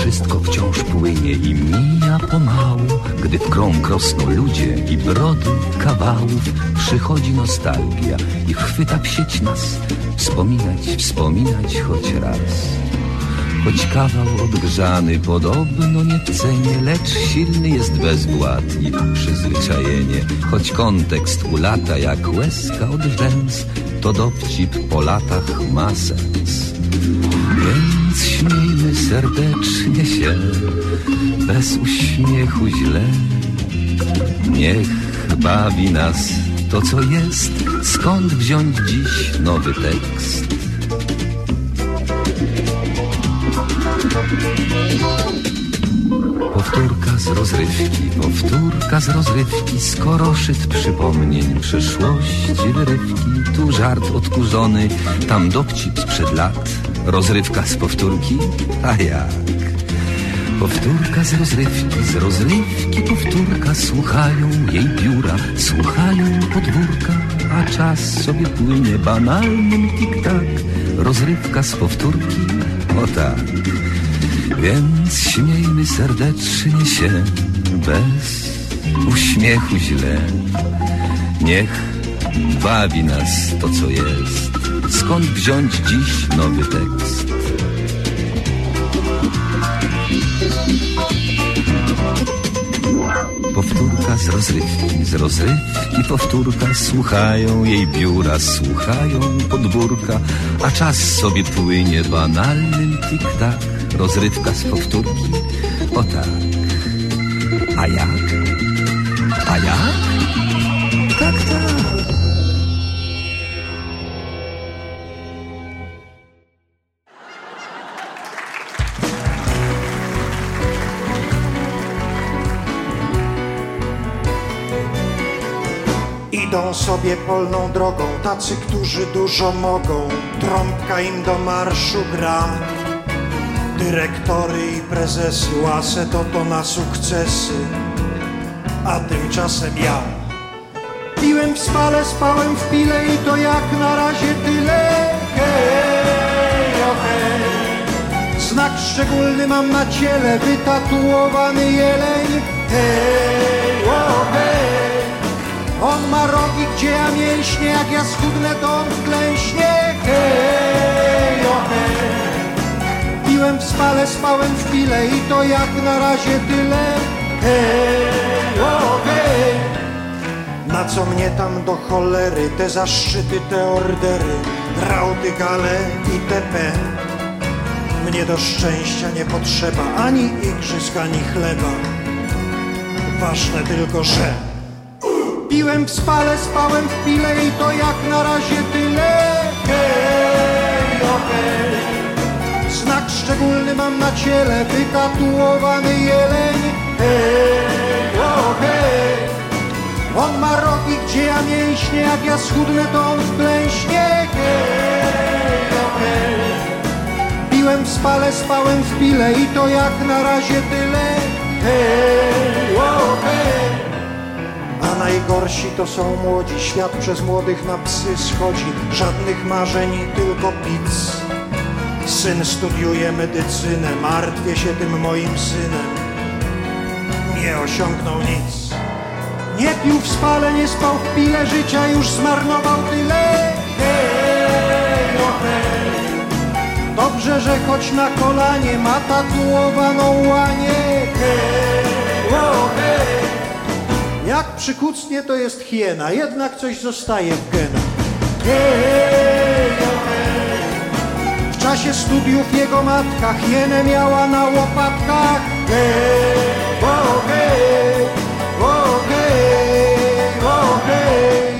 wszystko wciąż płynie i mija pomału. Gdy w krąg rosną ludzie i brody kawałów, przychodzi nostalgia i chwyta w sieć nas. Wspominać choć raz. Choć kawał odgrzany podobno nie cenię, lecz silny jest bezwład i przyzwyczajenie. Choć kontekst ulata jak łezka od rzęs, to dowcip po latach ma sens. Więc śmiejmy serdecznie się, bez uśmiechu źle. Niech bawi nas to, co jest. Skąd wziąć dziś nowy tekst? Powtórka z rozrywki, skoro szyt przypomnień przeszłości wyrywki. Tu żart odkurzony, tam dowcip sprzed lat. Rozrywka z powtórki, a jak? Powtórka z rozrywki powtórka. Słuchają jej biura, słuchają podwórka, a czas sobie płynie banalnym tik-tak. Rozrywka z powtórki, o tak. Więc śmiejmy serdecznie się, bez uśmiechu źle. Niech bawi nas to, co jest. Skąd wziąć dziś nowy tekst? Powtórka z rozrywki powtórka. Słuchają jej biura, słuchają podwórka, a czas sobie płynie banalnym tik-tak. Rozrywka z powtórki, o tak. A jak? A jak? Tak, tak. Idą sobie polną drogą tacy, którzy dużo mogą. Trąbka im do marszu gra. Dyrektory i prezesy łasę to na sukcesy. A tymczasem ja piłem w spale, spałem w pile i to jak na razie tyle. Hej, o hej. Znak szczególny mam na ciele, wytatuowany jeleń. Hej, o hej. On ma rogi, gdzie ja mięśnie, jak ja schudnę, to on klęśnie. Hej, o hej. Piłem w spale, spałem w pile i to jak na razie tyle. Hej, o hej. Na co mnie tam do cholery te zaszczyty, te ordery, rauty, gale i TP. Mnie do szczęścia nie potrzeba ani igrzysk, ani chleba. Ważne tylko, że piłem w spale, spałem w pile i to jak na razie tyle. Hej, o hej. Znak szczególny mam na ciele, wytatuowany jeleń. Hej, o hej. On ma rogi, gdzie ja mięśnie, jak ja schudnę, to on wklęśnie. Hej, o hej. Piłem w spale, spałem w pile i to jak na razie tyle. Hej, o hej. A najgorsi to są młodzi, świat przez młodych na psy schodzi. Żadnych marzeń, tylko pic. Syn studiuje medycynę, martwię się tym moim synem. Nie osiągnął nic. Nie pił w spale, nie spał w pile, życia już zmarnował tyle. Hej, o hej. Dobrze, że choć na kolanie ma tatuowaną łanię. Hej, o hej. Jak przykucnie, to jest hiena, jednak coś zostaje w genach. Hej, o hej. W czasie studiów jego matka hienę miała na łopatkach. Hej, o hej, o hej, o hej.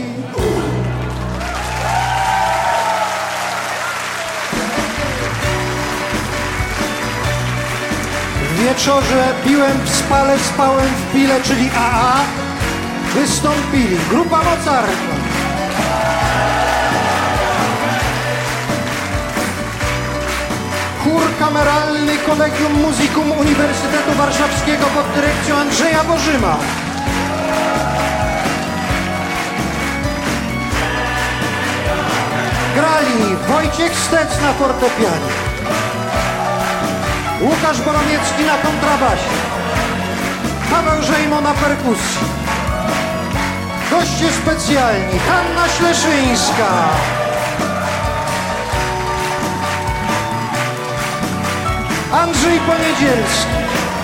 W wieczorze piłem w spale, spałem w pile, czyli AA. Wystąpili grupa mocarna. Chór kameralny Collegium Musicum Uniwersytetu Warszawskiego pod dyrekcją Andrzeja Bożyma. Grali Wojciech Stec na fortepianie, Łukasz Boromiecki na kontrabasie, Paweł Żejmo na perkusji, goście specjalni Hanna Śleszyńska, Andrzej Poniedzielski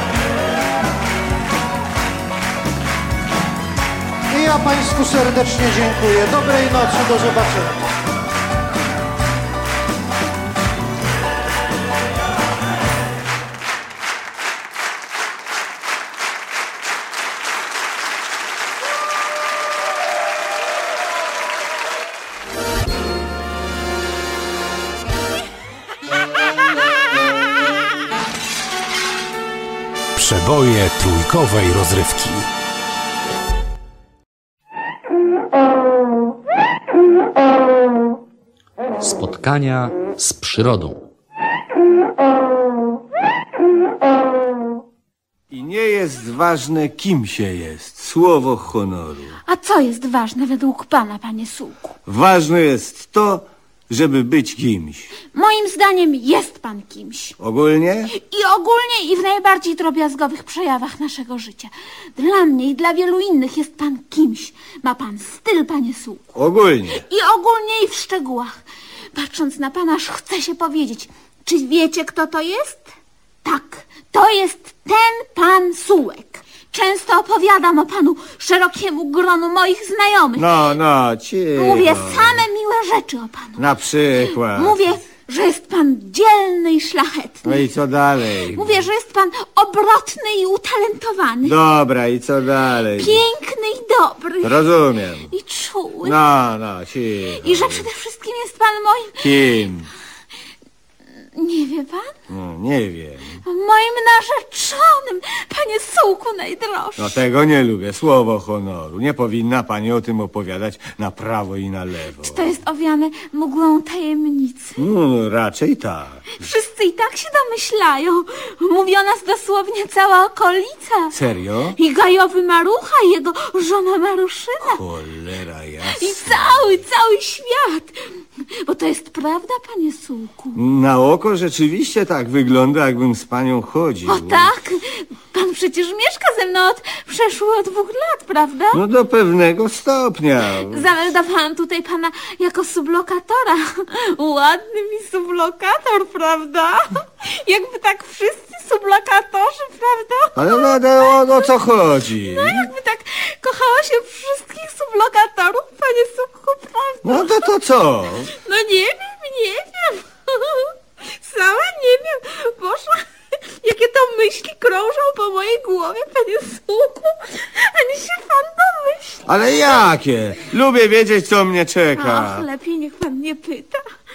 i ja Państwu serdecznie dziękuję. Dobrej nocy, do zobaczenia. Przeboje trójkowej rozrywki. Spotkania z przyrodą. I nie jest ważne, kim się jest. Słowo honoru. A co jest ważne według pana, panie Sułku? Ważne jest to, żeby być kimś. Moim zdaniem jest pan kimś. Ogólnie? I ogólnie, i w najbardziej drobiazgowych przejawach naszego życia. Dla mnie i dla wielu innych jest pan kimś. Ma pan styl, panie Sułku. Ogólnie. I ogólnie, i w szczegółach. Patrząc na pana, aż chce się powiedzieć. Czy wiecie, kto to jest? Tak, to jest ten pan Sułek. Często opowiadam o panu szerokiemu gronu moich znajomych. No, cicho. Mówię same miłe rzeczy o panu. Na przykład. Mówię, że jest pan dzielny i szlachetny. No i co dalej? Mówię, że jest pan obrotny i utalentowany. Dobra, i co dalej? Piękny i dobry. Rozumiem. I czuły. No, cicho. I że przede wszystkim jest pan moim... Kim? Nie wie pan? No, nie wiem. Moim narzeczonym, panie Sułku najdroższy. No tego nie lubię. Słowo honoru. Nie powinna pani o tym opowiadać na prawo i na lewo. To jest owiane mgłą tajemnicy. No, raczej tak. Wszyscy i tak się domyślają. Mówi o nas dosłownie cała okolica. Serio? I Gajowy Marucha, i jego żona Maruszyna. Cholera jasna. I cały świat. Bo to jest prawda, panie Sułku. Na oko rzeczywiście tak wygląda, jakbym z panią chodził. O tak? Pan przecież mieszka ze mną od przeszło 2 lat, prawda? No do pewnego stopnia. Zameldowałam tutaj pana jako sublokatora. Ładny mi sublokator, prawda? Jakby tak wszyscy sublokatorzy, prawda? Ale o co chodzi? No jakby tak kochała się wszystkich sublokatorów, panie Sułku, prawda? No to co? No nie wiem. Sama nie wiem. Boże, jakie to myśli krążą po mojej głowie, panie Sułku. Ani się pan domyśli. Ale jakie? Lubię wiedzieć, co mnie czeka. Ach, lepiej niech pan nie pyta.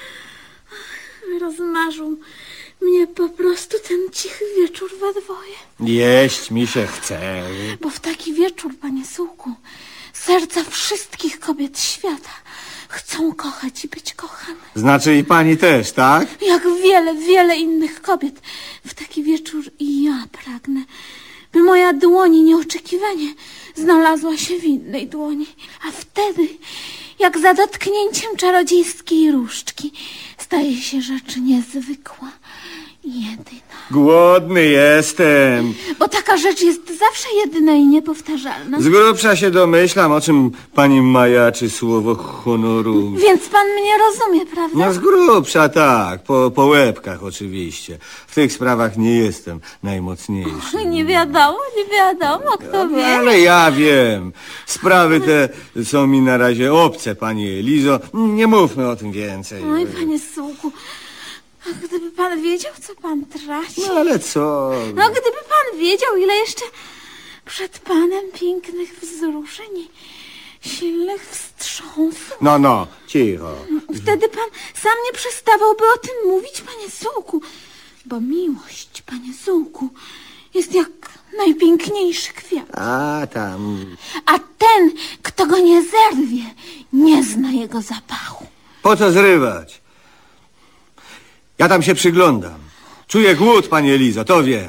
Rozmarzył mnie po prostu ten cichy wieczór we dwoje. Jeść mi się chce. Bo w taki wieczór, panie Sułku, serca wszystkich kobiet świata chcą kochać i być kochane. Znaczy i pani też, tak? Jak wiele innych kobiet. W taki wieczór i ja pragnę, by moja dłoń nieoczekiwanie znalazła się w innej dłoni. A wtedy, jak za dotknięciem czarodziejskiej różdżki, staje się rzecz niezwykła i jedyna. Głodny jestem. Bo taka rzecz jest zawsze jedyna i niepowtarzalna. Z grubsza się domyślam, o czym pani majaczy słowo honoru. Więc pan mnie rozumie, prawda? No z grubsza tak, po łebkach oczywiście. W tych sprawach nie jestem najmocniejszy. Nie wiadomo, kto wie. Ale ja wiem. Sprawy te są mi na razie obce, pani Elizo. Nie mówmy o tym więcej. Oj, panie Sułku, a gdyby pan wiedział, co pan traci. No ale co? No, gdyby pan wiedział, ile jeszcze przed panem pięknych wzruszeń i silnych wstrząsów. No, cicho. Wtedy pan sam nie przestawałby o tym mówić, panie Sułku. Bo miłość, panie Sułku, jest jak najpiękniejszy kwiat. A tam... A ten, kto go nie zerwie, nie zna jego zapachu. Po co zrywać? Ja tam się przyglądam. Czuję głód, pani Elizo, to wiem.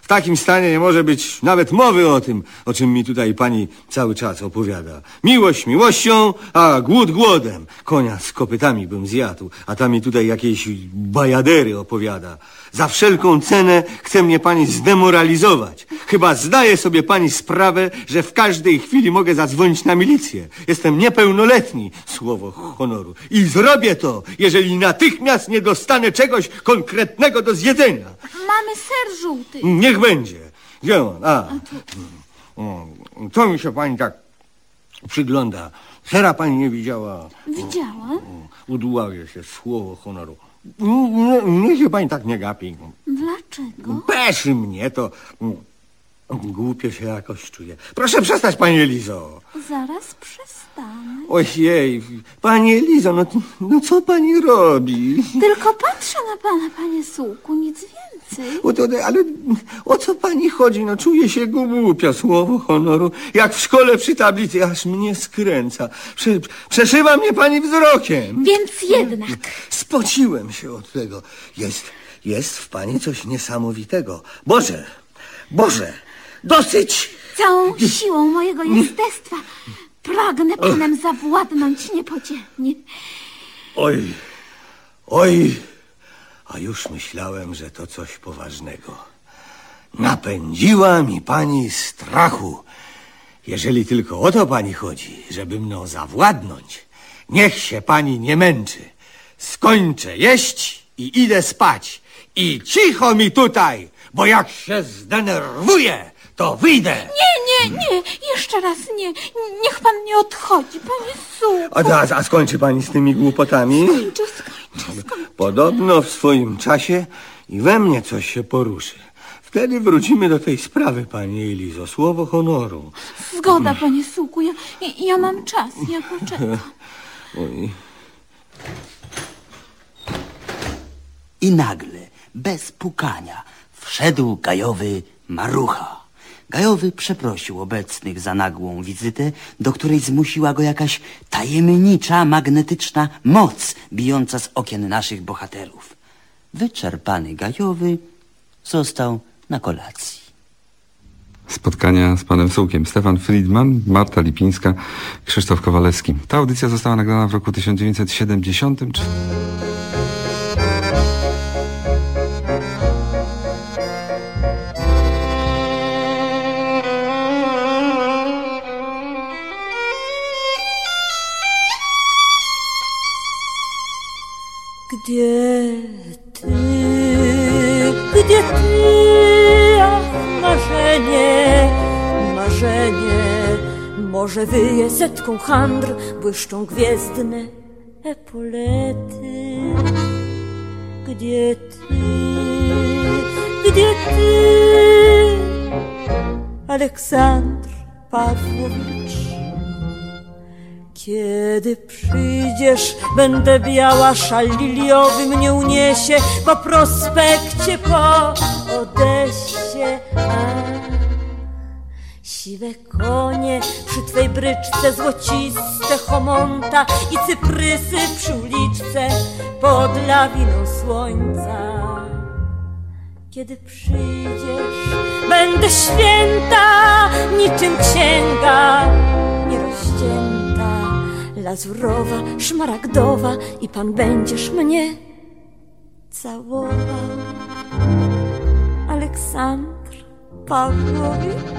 W takim stanie nie może być nawet mowy o tym, o czym mi tutaj pani cały czas opowiada. Miłość miłością, a głód głodem. Konia z kopytami bym zjadł, a ta mi tutaj jakieś bajadery opowiada. Za wszelką cenę chce mnie pani zdemoralizować. Chyba zdaje sobie pani sprawę, że w każdej chwili mogę zadzwonić na milicję. Jestem niepełnoletni, słowo honoru. I zrobię to, jeżeli natychmiast nie dostanę czegoś konkretnego do zjedzenia. Mamy ser żółty. Niech będzie. Gdzie on? To mi się pani tak przygląda. Sera pani nie widziała? Widziałam. Udławię się, słowo honoru. Niech się pani tak nie gapi. Dlaczego? Peszy mnie to... Głupio się jakoś czuję. Proszę przestać, pani Elizo. Zaraz przestanę. Ojej, pani Elizo, no co pani robi? Tylko patrzę na pana, panie Sułku, nic więcej. Ale o co pani chodzi? No czuję się głupio, słowo honoru. Jak w szkole przy tablicy, aż mnie skręca. Przeszywa mnie pani wzrokiem. Więc jednak. Spociłem się od tego. Jest w pani coś niesamowitego. Boże, dosyć! Całą siłą mojego jestestwa pragnę panem zawładnąć niepodzielnie. Oj, a już myślałem, że to coś poważnego. Napędziła mi pani strachu. Jeżeli tylko o to pani chodzi, żeby mną zawładnąć, niech się pani nie męczy. Skończę jeść i idę spać. I cicho mi tutaj, bo jak się zdenerwuję, to wyjdę. Nie, jeszcze raz nie. Niech pan nie odchodzi, panie Sułku. A skończy pani z tymi głupotami? Skończę. Podobno w swoim czasie i we mnie coś się poruszy. Wtedy wrócimy do tej sprawy, pani Elizo, słowo honoru. Zgoda, panie Sułku, ja mam czas, ja poczekam. Oj. I nagle, bez pukania, wszedł gajowy Marucha. Gajowy przeprosił obecnych za nagłą wizytę, do której zmusiła go jakaś tajemnicza, magnetyczna moc bijąca z okien naszych bohaterów. Wyczerpany Gajowy został na kolacji. Spotkania z panem Sułkiem. Stefan Friedman, Marta Lipińska, Krzysztof Kowalewski. Ta audycja została nagrana w roku 1973. Gdzie ty, ach, marzenie, może wyje setką handr, błyszczą gwiezdne epolety. Gdzie ty, Aleksandr Pawłowicz? Kiedy przyjdziesz, będę biała, szal liliowy mnie uniesie po prospekcie, po Odesie. Siwe konie przy twej bryczce, złociste chomonta i cyprysy przy uliczce pod lawiną słońca. Kiedy przyjdziesz, będę święta, niczym księga nierozcięta, lazurowa, szmaragdowa i pan będziesz mnie całował. Aleksandr Pawłowicz.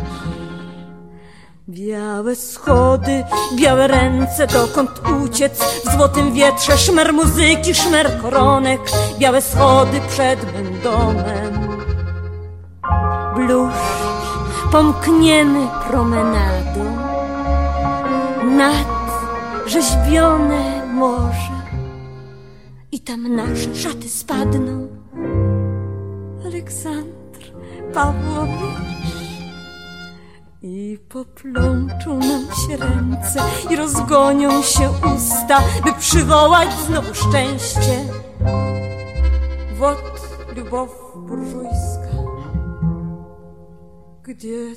Białe schody, białe ręce, dokąd uciec w złotym wietrze, szmer muzyki, szmer koronek, białe schody przed mym domem. Bluszcz pomkniemy promenadą nad rzeźbione morze i tam nasze szaty spadną. Aleksandr Pawłowicz. I poplączą nam się ręce i rozgonią się usta, by przywołać znowu szczęście. Вот любовь буржуйska. Gdzie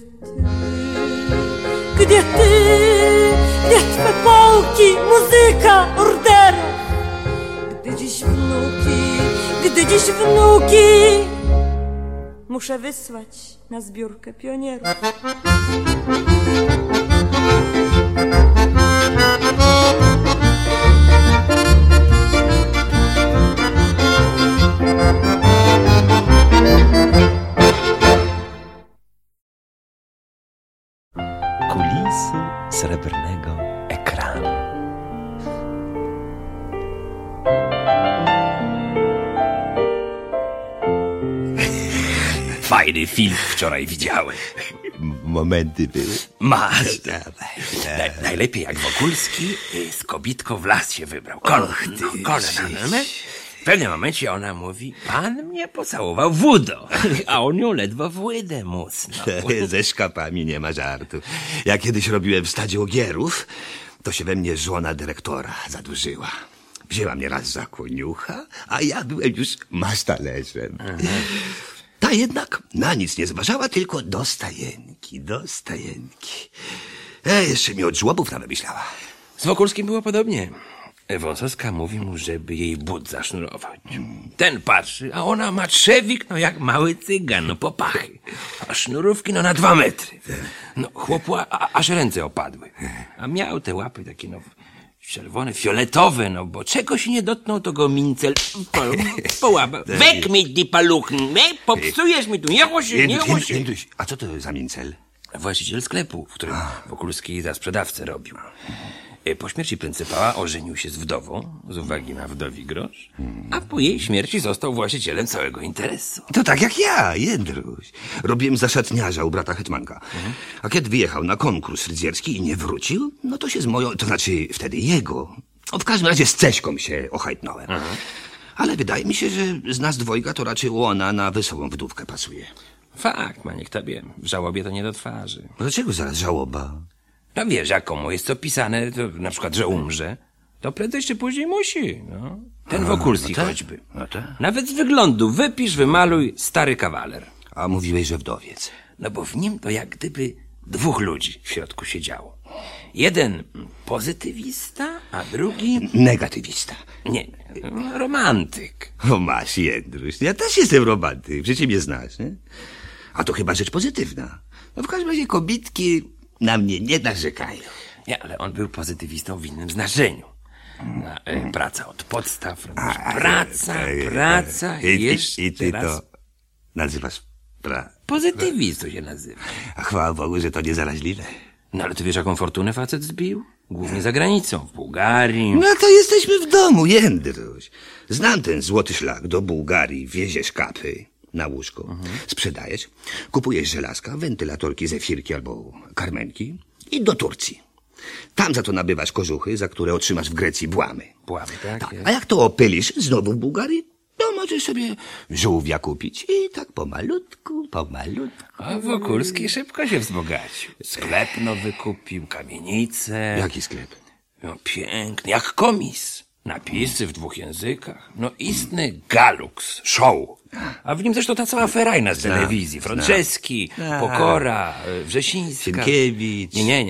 twe polki, muzyka, orderów? Gdy dziś wnuki muszę wysłać na zbiórkę pionierów. Kulisy srebrnego ekranu. Fajny film wczoraj widziałem. Momenty były. Masz. Najlepiej jak Wokulski z kobitką w las się wybrał. W pewnym momencie ona mówi: pan mnie pocałował w udo, a on ją ledwo w łydę musnął. Ze szkapami nie ma żartu. Ja kiedyś robiłem w stadzie ogierów, to się we mnie żona dyrektora zadłużyła. Wzięła mnie raz za koniucha, a ja byłem już masztalerzem. Ta jednak na nic nie zważała, tylko do stajenki. Jeszcze mi od żłobów nawymyślała. Z Wokulskim było podobnie. Wąsowska mówi mu, żeby jej but zasznurować. Ten patrzy, a ona ma trzewik, no jak mały cygan, no po pachy. A sznurówki, no na 2 metry. No chłopu aż ręce opadły. A miał te łapy takie, no czerwone, fioletowe, no bo czego się nie dotknął, to go mincel po łapę. Wek mi di paluchn, popsujesz mi tu, nie chłosi. A co to za mincel? Właściciel sklepu, w którym Wokulski za sprzedawcę robił. Po śmierci pryncypała ożenił się z wdową, z uwagi na wdowi grosz, a po jej śmierci został właścicielem całego interesu. To tak jak ja, Jędruś. Robiłem za szatniarza u brata hetmanka. A kiedy wyjechał na konkurs rydzierski i nie wrócił, no to się z moją, to znaczy wtedy jego, w każdym razie z Ceśką się ochajtnąłem. Ale wydaje mi się, że z nas dwojga to raczej ona na wesołą wdówkę pasuje. Fakt, maniek tobie, w żałobie to nie do twarzy. Dlaczego zaraz żałoba? No wiesz, jak komu jest to pisane, to na przykład, że umrze, to prędzej czy później musi, no. Ten Wokulski choćby. Nawet z wyglądu wypisz, wymaluj stary kawaler. A mówiłeś, że wdowiec. No bo w nim to jak gdyby 2 ludzi w środku siedziało. Jeden pozytywista, a drugi... Negatywista. Nie, romantyk. O masz, Jędruś, ja też jestem romantyk, przecież mnie znasz, nie? A to chyba rzecz pozytywna. No w każdym razie kobitki na mnie nie narzekają. Nie, ale on był pozytywistą w innym znaczeniu. Praca od podstaw, praca, jeszcze I ty raz. to nazywasz Pozytywistą się nazywa. A chwała Bogu, że to nie zaraźliwe. No ale ty wiesz, jaką fortunę facet zbił? Głównie za granicą, w Bułgarii. No to jesteśmy w domu, Jędruś. Znam ten złoty szlak do Bułgarii, wieziesz kapy na łóżko, sprzedajesz, kupujesz żelazka, wentylatorki, zefirki albo karmenki i do Turcji. Tam za to nabywasz kożuchy, za które otrzymasz w Grecji błamy. Błamy, tak? A jak to opylisz znowu w Bułgarii, to możesz sobie żółwia kupić i tak pomalutku. A Wokulski szybko się wzbogacił. Sklep nowy kupił, kamienicę. Jaki sklep? No piękny, jak komis. Napisy w 2 językach. No istny Galux, show. A w nim zresztą ta cała ferajna z telewizji. Franceski, Pokora, Wrzesińska. Sienkiewicz.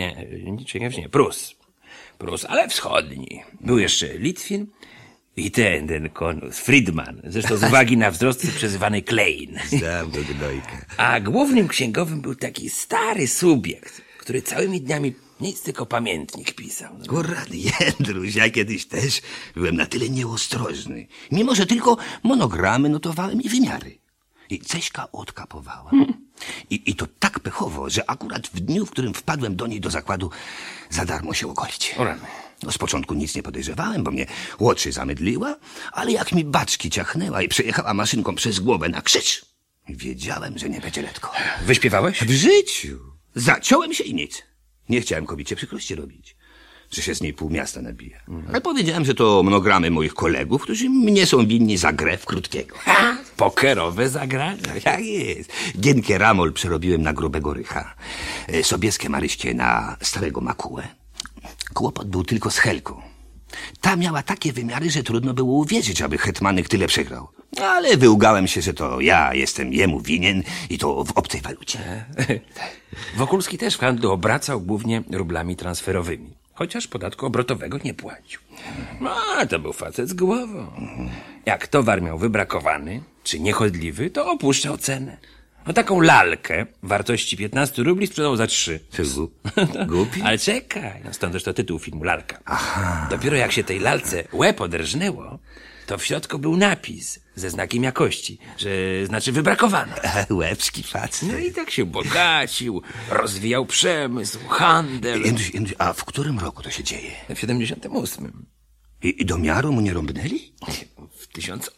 Nie, Prus, ale wschodni. Był jeszcze Litwin i ten konus, Friedman. Zresztą z uwagi na wzrost przezywany Klein. Znam go gnojkę. A głównym księgowym był taki stary subiekt, który całymi dniami nic tylko pamiętnik pisał. Kurrany Jędruś, ja kiedyś też byłem na tyle nieostrożny. Mimo, że tylko monogramy notowałem i wymiary. I Ceśka odkapowała. I to tak pechowo, że akurat w dniu, w którym wpadłem do niej do zakładu, za darmo się ogolić. O rany. No, z początku nic nie podejrzewałem, bo mnie łoczy zamydliła, ale jak mi baczki ciachnęła i przejechała maszynką przez głowę na krzyż, wiedziałem, że nie będzie letko. Wyśpiewałeś? W życiu. Zaciąłem się i nic. Nie chciałem kobiecie przykrości robić, że się z niej pół miasta nabija. Ale powiedziałem, że to monogramy moich kolegów, którzy mnie są winni za grę w krótkiego. Pokerowe zagranie. Tak jest. Gienkę Ramol przerobiłem na grubego rycha. Sobieskie Maryśkie na starego Makułę. Kłopot był tylko z Helką. Ta miała takie wymiary, że trudno było uwierzyć, aby hetmanek tyle przegrał. Ale wyłgałem się, że to ja jestem jemu winien i to w obcej walucie. Wokulski też w handlu obracał głównie rublami transferowymi. Chociaż podatku obrotowego nie płacił. No, to był facet z głową. Jak towar miał wybrakowany, czy niechodliwy, to opuszczał cenę. No taką lalkę wartości 15 rubli sprzedał za 3. Głupi? Ale czekaj, no stąd też to tytuł filmu, lalka. Aha. Dopiero jak się tej lalce łeb oderżnęło, to w środku był napis ze znakiem jakości, że znaczy wybrakowano. Łebski facet. No i tak się bogacił, rozwijał przemysł, handel. Jędruś, a w którym roku to się dzieje? W 78. I do miaru mu nie rąbnęli? W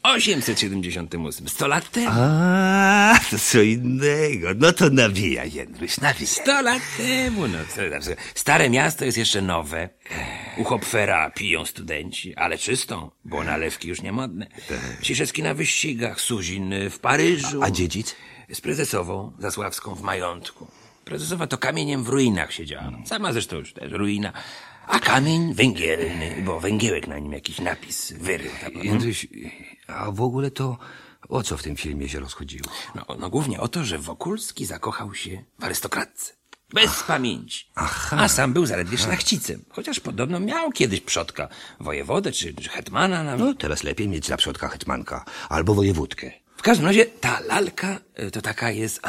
1878, 100 lat temu. A, to co innego. No to nawija, Jędruś, nawija. 100 lat temu, no. Stare miasto jest jeszcze nowe. U Hopfera piją studenci, ale czystą, bo nalewki już nie modne. Ciszewski na wyścigach, Suzin w Paryżu. A dziedzic? Z prezesową Zasławską w majątku. Prezesowa to kamieniem w ruinach siedziała. Sama zresztą już też ruina. A kamień węgielny, bo węgiełek na nim jakiś napis wyrył. Jędruś, a w ogóle to o co w tym filmie się rozchodziło? No głównie o to, że Wokulski zakochał się w arystokratce. Bez pamięci. Aha. A sam był zaledwie szlachcicem. Chociaż podobno miał kiedyś przodka, wojewodę czy hetmana nawet. No teraz lepiej mieć za przodka hetmanka albo wojewódkę. W każdym razie ta lalka to taka jest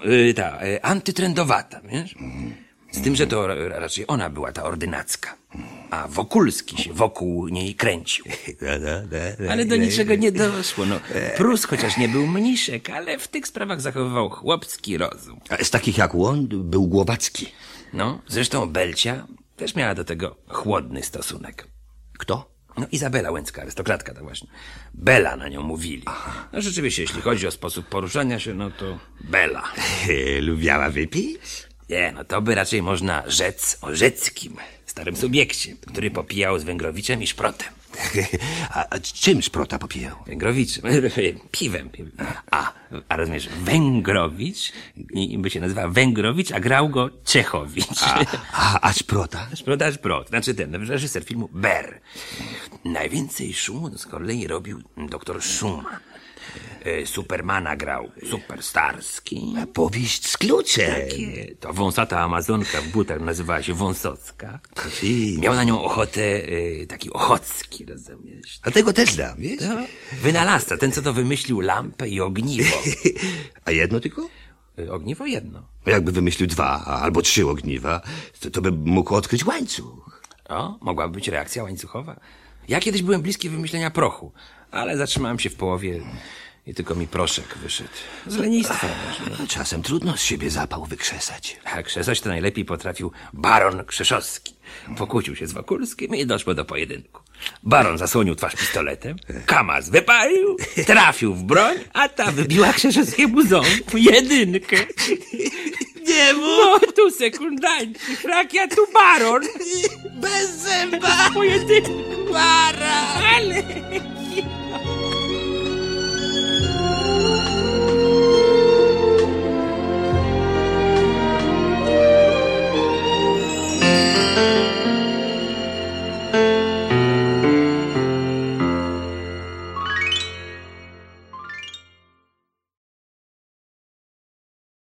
antytrendowata, wiesz? Z tym, że to raczej ona była ta ordynacka. A Wokulski się wokół niej kręcił. Ale do niczego nie doszło. No, Prus chociaż nie był mniszek, ale w tych sprawach zachowywał chłopski rozum. A z takich jak on był Głowacki. No, zresztą Belcia też miała do tego chłodny stosunek. Kto? No, Izabela Łęcka, arystokratka ta właśnie. Bela na nią mówili. Aha. No rzeczywiście, jeśli chodzi o sposób poruszania się, no to Bela. Lubiała wypić? Nie, no to by raczej można rzec o Rzeckim, starym subiekcie, który popijał z Węgrowiczem i Szprotem. A czym Szprota popijał? Węgrowiczem, piwem. A rozumiesz, Węgrowicz, by się nazywa Węgrowicz, a grał go Czechowicz. A Szprota? Szprot. Znaczy ten reżyser filmu Ber. Najwięcej szumu z kolei robił doktor Schumann. Supermana grał Superstarski. A powieść z kluczem. Takie. To wąsata Amazonka w butach nazywała się Wąsocka. Miał na nią ochotę taki Ochocki, rozumiesz? A tego też dam, wiesz? No, wynalazca, ten co to wymyślił lampę i ogniwo. A jedno tylko? Ogniwo jedno. Jakby wymyślił 2 albo 3 ogniwa, to by mógł odkryć łańcuch. O, mogłaby być reakcja łańcuchowa. Ja kiedyś byłem bliski wymyślenia prochu, ale zatrzymałem się w połowie i tylko mi proszek wyszedł. Z lenistwa. Czasem trudno z siebie zapał wykrzesać. A krzesać to najlepiej potrafił baron Krzeszowski. Pokłócił się z Wokulskim i doszło do pojedynku. Baron zasłonił twarz pistoletem, Kamaz wypalił, trafił w broń, a ta wybiła Krzeszowskiemu ząb. 1. Nie mów! No tu sekundanci, frak, ja tu baron. Bez zęba! Pojedynku. Baron! Ale